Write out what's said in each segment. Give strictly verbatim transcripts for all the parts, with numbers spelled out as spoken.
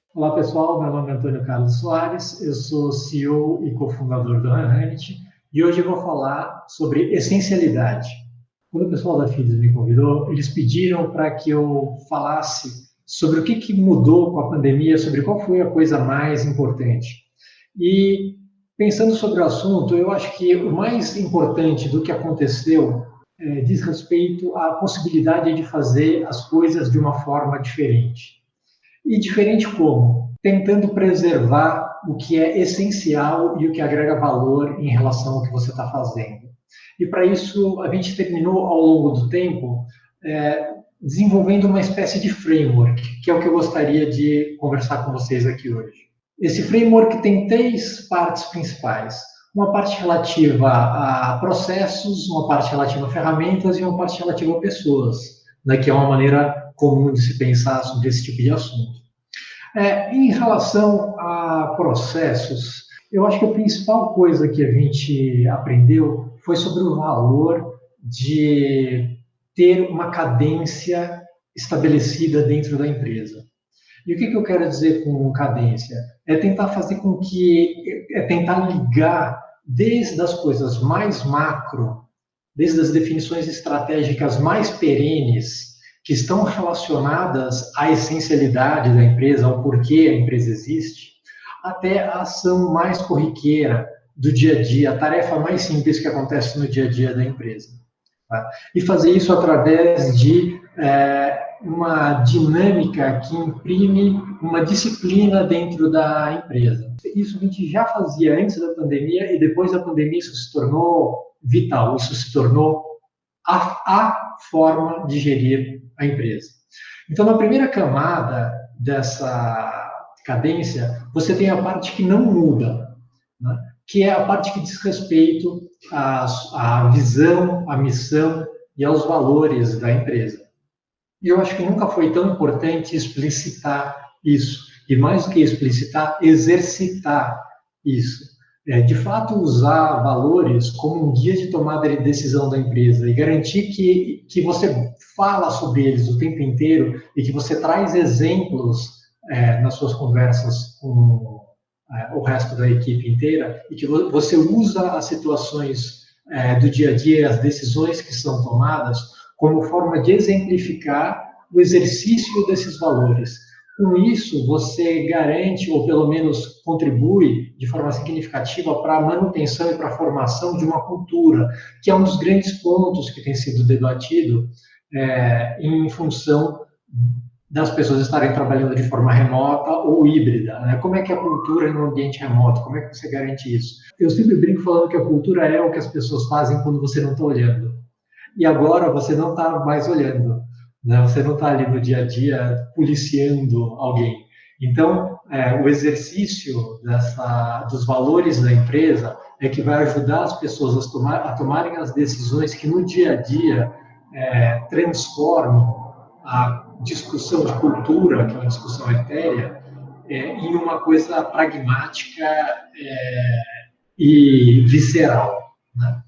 Olá pessoal, meu nome é Antônio Carlos Soares, eu sou C E O e cofundador do Hanhanit e hoje eu vou falar sobre essencialidade. Quando o pessoal da Fides me convidou, eles pediram para que eu falasse sobre o que, que mudou com a pandemia, sobre qual foi a coisa mais importante. E pensando sobre o assunto, eu acho que o mais importante do que aconteceu é, diz respeito à possibilidade de fazer as coisas de uma forma diferente. E diferente como? Tentando preservar o que é essencial e o que agrega valor em relação ao que você está fazendo. E para isso, a gente terminou ao longo do tempo é, desenvolvendo uma espécie de framework, que é o que eu gostaria de conversar com vocês aqui hoje. Esse framework tem três partes principais. Uma parte relativa a processos, uma parte relativa a ferramentas e uma parte relativa a pessoas, né, que é uma maneira comum de se pensar sobre esse tipo de assunto. É, em relação a processos, eu acho que a principal coisa que a gente aprendeu foi sobre o valor de ter uma cadência estabelecida dentro da empresa. E o que, que eu quero dizer com cadência? É tentar fazer com que, é tentar ligar desde as coisas mais macro, desde as definições estratégicas mais perenes, que estão relacionadas à essencialidade da empresa, ao porquê a empresa existe, até a ação mais corriqueira do dia a dia, a tarefa mais simples que acontece no dia a dia da empresa. Tá? E fazer isso através de é, uma dinâmica que imprime uma disciplina dentro da empresa. Isso a gente já fazia antes da pandemia e depois da pandemia isso se tornou vital, isso se tornou a, a forma de gerir a empresa. Então, na primeira camada dessa cadência, você tem a parte que não muda, né? Que é a parte que diz respeito à, à visão, à missão e aos valores da empresa. E eu acho que nunca foi tão importante explicitar isso. E mais do que explicitar, exercitar isso. É, de fato, usar valores como um guia de tomada de decisão da empresa e garantir que, que você fala sobre eles o tempo inteiro e que você traz exemplos é, nas suas conversas com é, o resto da equipe inteira e que você usa as situações é, do dia a dia, as decisões que são tomadas, como forma de exemplificar o exercício desses valores. Com isso, você garante, ou pelo menos contribui de forma significativa para a manutenção e para a formação de uma cultura, que é um dos grandes pontos que tem sido debatido é, em função das pessoas estarem trabalhando de forma remota ou híbrida. Né? Como é que é a cultura no ambiente remoto? Como é que você garante isso? Eu sempre brinco falando que a cultura é o que as pessoas fazem quando você não está olhando. E agora você não está mais olhando, né? Você não está ali no dia a dia policiando alguém. Então, é, o exercício dessa, dos valores da empresa é que vai ajudar as pessoas a, tomar, a tomarem as decisões que no dia a dia é, transformam a discussão de cultura, que é uma discussão etérea, é, em uma coisa pragmática é, e visceral, né?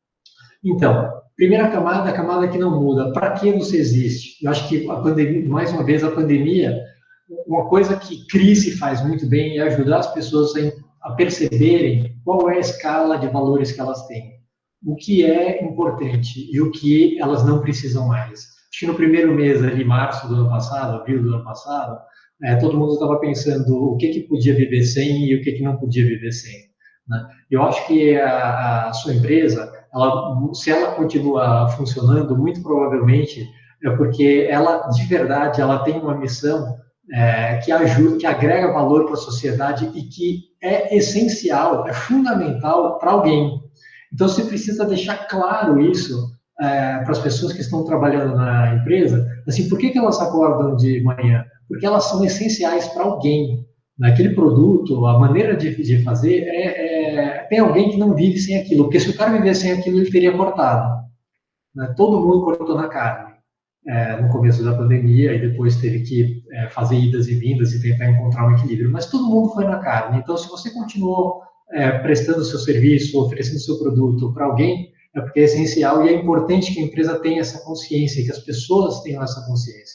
Então, primeira camada, a camada que não muda. Para que você existe? Eu acho que a pandemia, mais uma vez, a pandemia, uma coisa que crise faz muito bem é ajudar as pessoas a perceberem qual é a escala de valores que elas têm, o que é importante e o que elas não precisam mais. Acho que no primeiro mês, ali, março do ano passado, abril do ano passado, é, todo mundo estava pensando o que, que podia viver sem e o que, que não podia viver sem. Né? Eu acho que a, a sua empresa, ela, se ela continua funcionando, muito provavelmente é porque ela, de verdade, ela tem uma missão é, que ajuda, que agrega valor para a sociedade e que é essencial, é fundamental para alguém. Então, você precisa deixar claro isso é, para as pessoas que estão trabalhando na empresa. Assim, por que, que elas acordam de manhã? Porque elas são essenciais para alguém. Naquele produto, a maneira de, de fazer é, é, tem alguém que não vive sem aquilo, porque se o cara vivesse sem aquilo, ele teria cortado. Né? Todo mundo cortou na carne é, no começo da pandemia e depois teve que é, fazer idas e vindas e tentar encontrar um equilíbrio, mas todo mundo foi na carne. Então, se você continuou é, prestando seu serviço, oferecendo seu produto para alguém, é porque é essencial e é importante que a empresa tenha essa consciência, que as pessoas tenham essa consciência.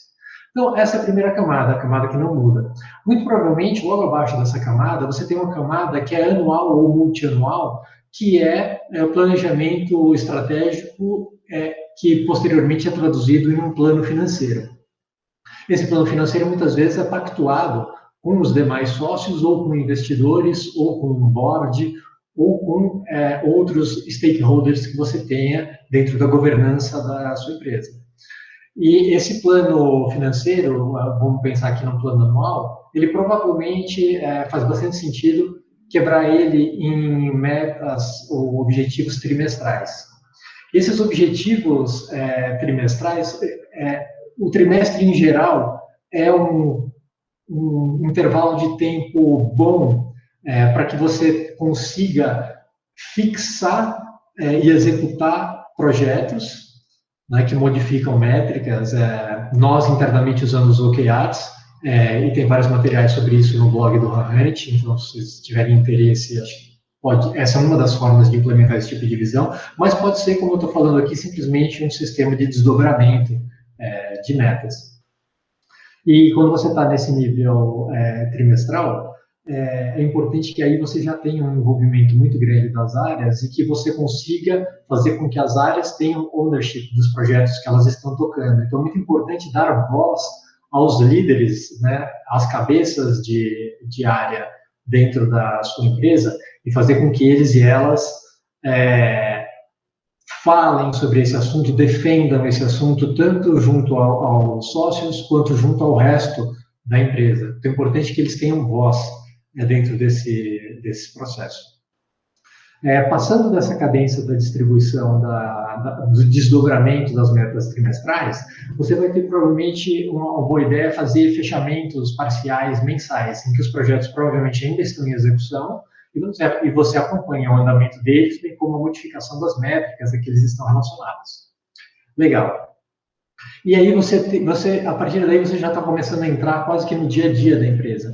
Então, essa é a primeira camada, a camada que não muda. Muito provavelmente, logo abaixo dessa camada, você tem uma camada que é anual ou multianual, que é, é o planejamento estratégico é, que posteriormente é traduzido em um plano financeiro. Esse plano financeiro muitas vezes é pactuado com os demais sócios, ou com investidores, ou com um board, ou com é, outros stakeholders que você tenha dentro da governança da sua empresa. E esse plano financeiro, vamos pensar aqui no plano anual, ele provavelmente é, faz bastante sentido quebrar ele em metas ou objetivos trimestrais. Esses objetivos é, trimestrais, é, o trimestre em geral é um, um intervalo de tempo bom é, para que você consiga fixar é, e executar projetos, né, que modificam métricas. É, nós internamente usamos o O K R Ts, é, e tem vários materiais sobre isso no blog do Hanhart, então se vocês tiverem interesse, acho que pode, essa é uma das formas de implementar esse tipo de visão, mas pode ser, como eu estou falando aqui, simplesmente um sistema de desdobramento é, de metas. E quando você está nesse nível é, trimestral, é, é importante que aí você já tenha um envolvimento muito grande das áreas e que você consiga fazer com que as áreas tenham ownership dos projetos que elas estão tocando. Então, é muito importante dar voz aos líderes, né, às cabeças de, de área dentro da sua empresa e fazer com que eles e elas é, falem sobre esse assunto, defendam esse assunto, tanto junto ao, aos sócios, quanto junto ao resto da empresa. Então, é importante que eles tenham voz é, dentro desse, desse processo. É, passando dessa cadência da distribuição, da, da, do desdobramento das metas trimestrais, você vai ter provavelmente uma, uma boa ideia fazer fechamentos parciais mensais, em que os projetos provavelmente ainda estão em execução, e você, e você acompanha o andamento deles, bem como a modificação das métricas a que eles estão relacionados. Legal. E aí, você, você, a partir daí, você já está começando a entrar quase que no dia a dia da empresa.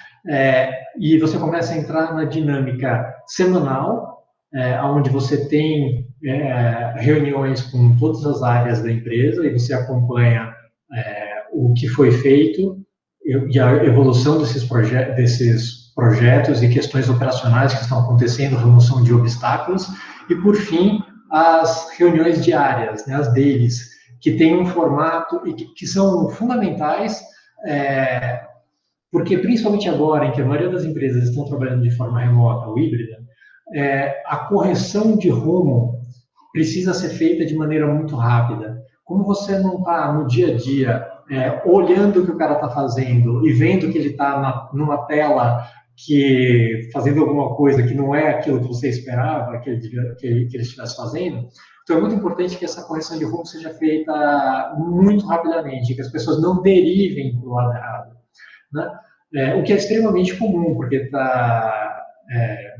É, e você começa a entrar na dinâmica semanal, é, onde você tem é, reuniões com todas as áreas da empresa e você acompanha é, o que foi feito e a evolução desses, proje desses projetos e questões operacionais que estão acontecendo, remoção de obstáculos, e, por fim, as reuniões diárias, né, as dailies, que têm um formato e que, que são fundamentais, é, porque, principalmente agora, em que a maioria das empresas estão trabalhando de forma remota ou híbrida, é, a correção de rumo precisa ser feita de maneira muito rápida. Como você não está no dia a dia é, olhando o que o cara está fazendo e vendo que ele está numa tela que fazendo alguma coisa que não é aquilo que você esperava que ele, que ele, que ele estivesse fazendo, então é muito importante que essa correção de rumo seja feita muito rapidamente, que as pessoas não derivem para o lado errado, né? É, o que é extremamente comum, porque está... É,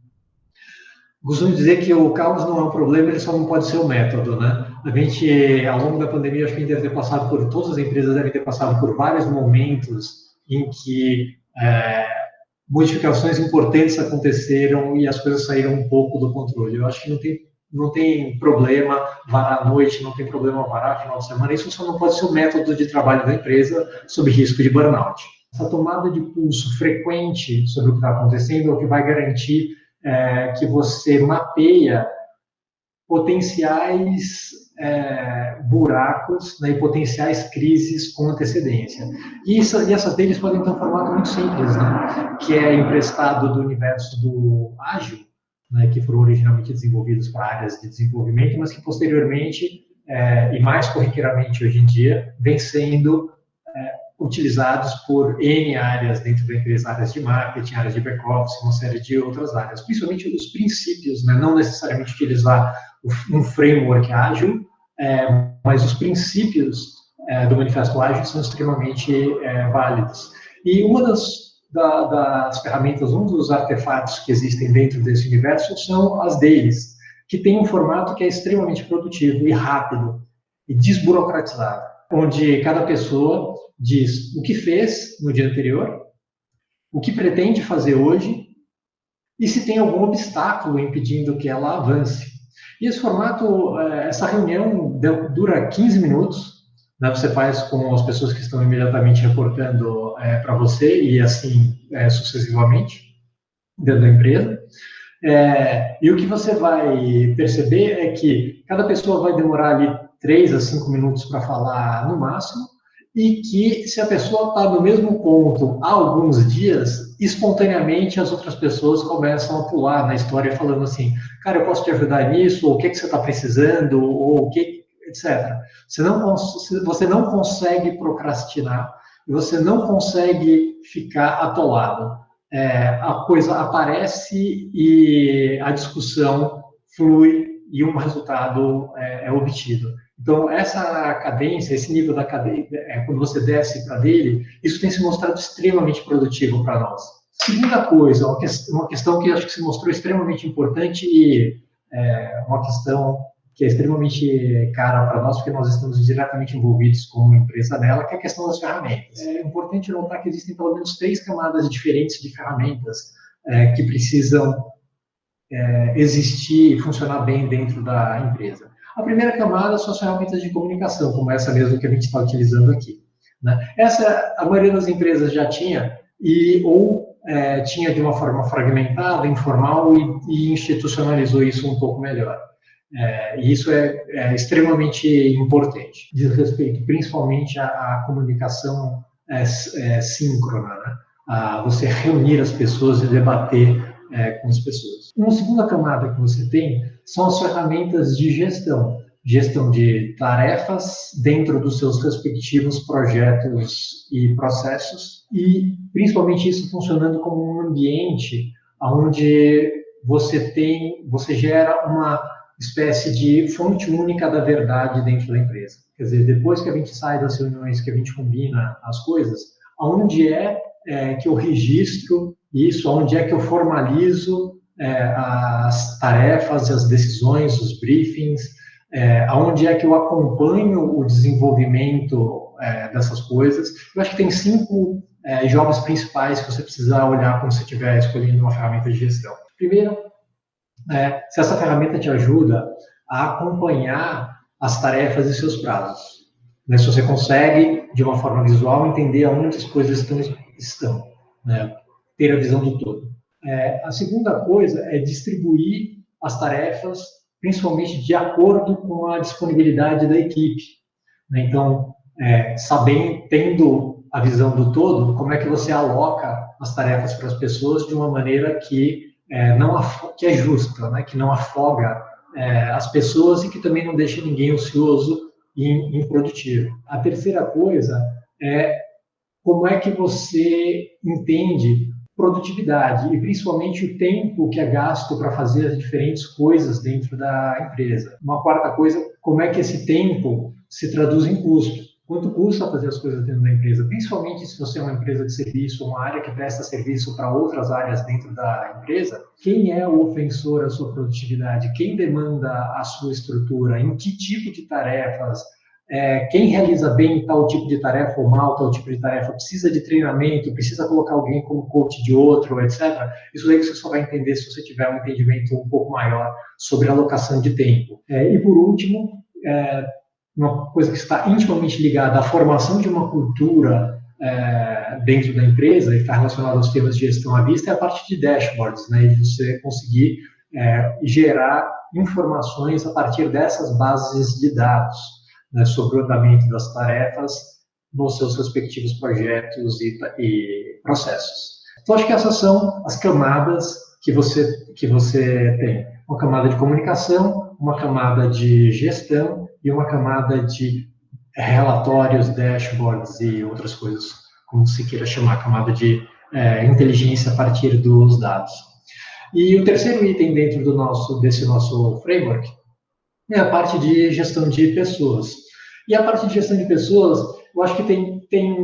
costumo dizer que o caos não é um problema, ele só não pode ser o método, né? A gente, ao longo da pandemia, acho que a gente deve ter passado por, todas as empresas devem ter passado por vários momentos em que é, modificações importantes aconteceram e as coisas saíram um pouco do controle. Eu acho que não tem, não tem problema varar à noite, não tem problema varar final de semana, isso só não pode ser o método de trabalho da empresa sob risco de burnout. Essa tomada de pulso frequente sobre o que está acontecendo é o que vai garantir é, que você mapeia potenciais é, buracos, né, e potenciais crises com antecedência. E, isso, e essas deles podem ter um formato muito simples, né, que é emprestado do universo do ágil, né, que foram originalmente desenvolvidos para áreas de desenvolvimento, mas que posteriormente, é, e mais corriqueiramente hoje em dia, vem sendo é, utilizados por N áreas dentro da empresa, áreas de marketing, áreas de back-office, uma série de outras áreas, principalmente os princípios, né, não necessariamente utilizar um framework ágil, é, mas os princípios é, do manifesto ágil são extremamente é, válidos. E uma das, da, das ferramentas, um dos artefatos que existem dentro desse universo são as dailies, que tem um formato que é extremamente produtivo e rápido e desburocratizado, onde cada pessoa diz o que fez no dia anterior, o que pretende fazer hoje e se tem algum obstáculo impedindo que ela avance. E esse formato, essa reunião dura quinze minutos, né? Você faz com as pessoas que estão imediatamente reportando é, para você e assim é, sucessivamente dentro da empresa. É, e o que você vai perceber é que cada pessoa vai demorar ali três a cinco minutos para falar no máximo, e que se a pessoa está no mesmo ponto há alguns dias, espontaneamente as outras pessoas começam a pular na história falando assim, cara, eu posso te ajudar nisso, ou o que, que você está precisando, ou o que, etcétera. Você não, você não consegue procrastinar, e você não consegue ficar atolado. É, a coisa aparece e a discussão flui e um resultado é, é obtido. Então, essa cadência, esse nível da cadência, é, quando você desce para dele, isso tem se mostrado extremamente produtivo para nós. Segunda coisa, uma, que, uma questão que acho que se mostrou extremamente importante e é, uma questão que é extremamente cara para nós, porque nós estamos diretamente envolvidos como empresa nela, que é a questão das ferramentas. É importante notar que existem pelo menos três camadas diferentes de ferramentas é, que precisam é, existir e funcionar bem dentro da empresa. A primeira camada são as ferramentas de comunicação, como essa mesmo que a gente está utilizando aqui, né? Essa a maioria das empresas já tinha, e ou é, tinha de uma forma fragmentada, informal, e, e institucionalizou isso um pouco melhor. É, e isso é, é extremamente importante. Diz respeito principalmente à, à comunicação é, é, síncrona, né? A você reunir as pessoas e debater é, com as pessoas. Uma segunda camada que você tem são as ferramentas de gestão, gestão de tarefas dentro dos seus respectivos projetos e processos, e principalmente isso funcionando como um ambiente onde você tem, você gera uma espécie de fonte única da verdade dentro da empresa. Quer dizer, depois que a gente sai das reuniões, que a gente combina as coisas, aonde é, é que eu registro isso, aonde é que eu formalizo é, as tarefas, as decisões, os briefings, é, aonde é que eu acompanho o desenvolvimento é, dessas coisas. Eu acho que tem cinco é, jobs principais que você precisa olhar quando você estiver escolhendo uma ferramenta de gestão. Primeiro, É, se essa ferramenta te ajuda a acompanhar as tarefas e seus prazos. Né? Se você consegue, de uma forma visual, entender aonde as coisas estão, estão né? Ter a visão do todo. É, a segunda coisa é distribuir as tarefas, principalmente de acordo com a disponibilidade da equipe. Né? Então, é, sabendo, tendo a visão do todo, como é que você aloca as tarefas para as pessoas de uma maneira que É, não que é justa, né? Que não afoga é, as pessoas e que também não deixa ninguém ocioso e improdutivo. A terceira coisa é como é que você entende produtividade e principalmente o tempo que é gasto para fazer as diferentes coisas dentro da empresa. Uma quarta coisa, como é que esse tempo se traduz em custo. Quanto custa fazer as coisas dentro da empresa, principalmente se você é uma empresa de serviço, uma área que presta serviço para outras áreas dentro da empresa, quem é o ofensor à sua produtividade? Quem demanda a sua estrutura? Em que tipo de tarefas? É, quem realiza bem tal tipo de tarefa ou mal tal tipo de tarefa? Precisa de treinamento? Precisa colocar alguém como coach de outro, etcétera? Isso daí você só vai entender se você tiver um entendimento um pouco maior sobre a alocação de tempo. É, e por último, é, uma coisa que está intimamente ligada à formação de uma cultura é, dentro da empresa e está relacionada aos temas de gestão à vista é a parte de dashboards, né, de você conseguir é, gerar informações a partir dessas bases de dados, né, sobre o andamento das tarefas nos seus respectivos projetos e, e processos. Então, acho que essas são as camadas que você, que você tem. Uma camada de comunicação, uma camada de gestão e uma camada de relatórios, dashboards e outras coisas, como se queira chamar, camada de é, inteligência a partir dos dados. E o terceiro item dentro do nosso, desse nosso framework é a parte de gestão de pessoas. E a parte de gestão de pessoas, eu acho que tem, tem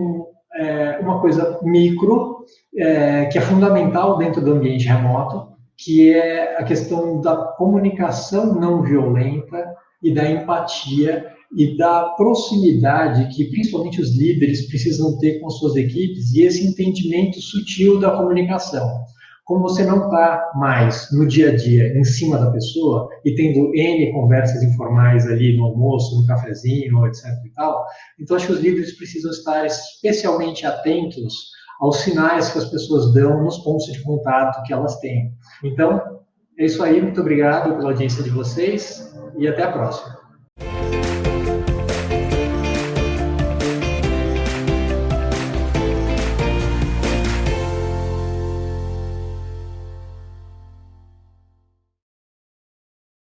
é, uma coisa micro, é, que é fundamental dentro do ambiente remoto, que é a questão da comunicação não violenta e da empatia e da proximidade que principalmente os líderes precisam ter com suas equipes e esse entendimento sutil da comunicação. como você não está mais no dia a dia em cima da pessoa e tendo N conversas informais ali no almoço, no cafezinho, etc e tal, então acho que os líderes precisam estar especialmente atentos aos sinais que as pessoas dão nos pontos de contato que elas têm. Então, é isso aí, muito obrigado pela audiência de vocês e até a próxima.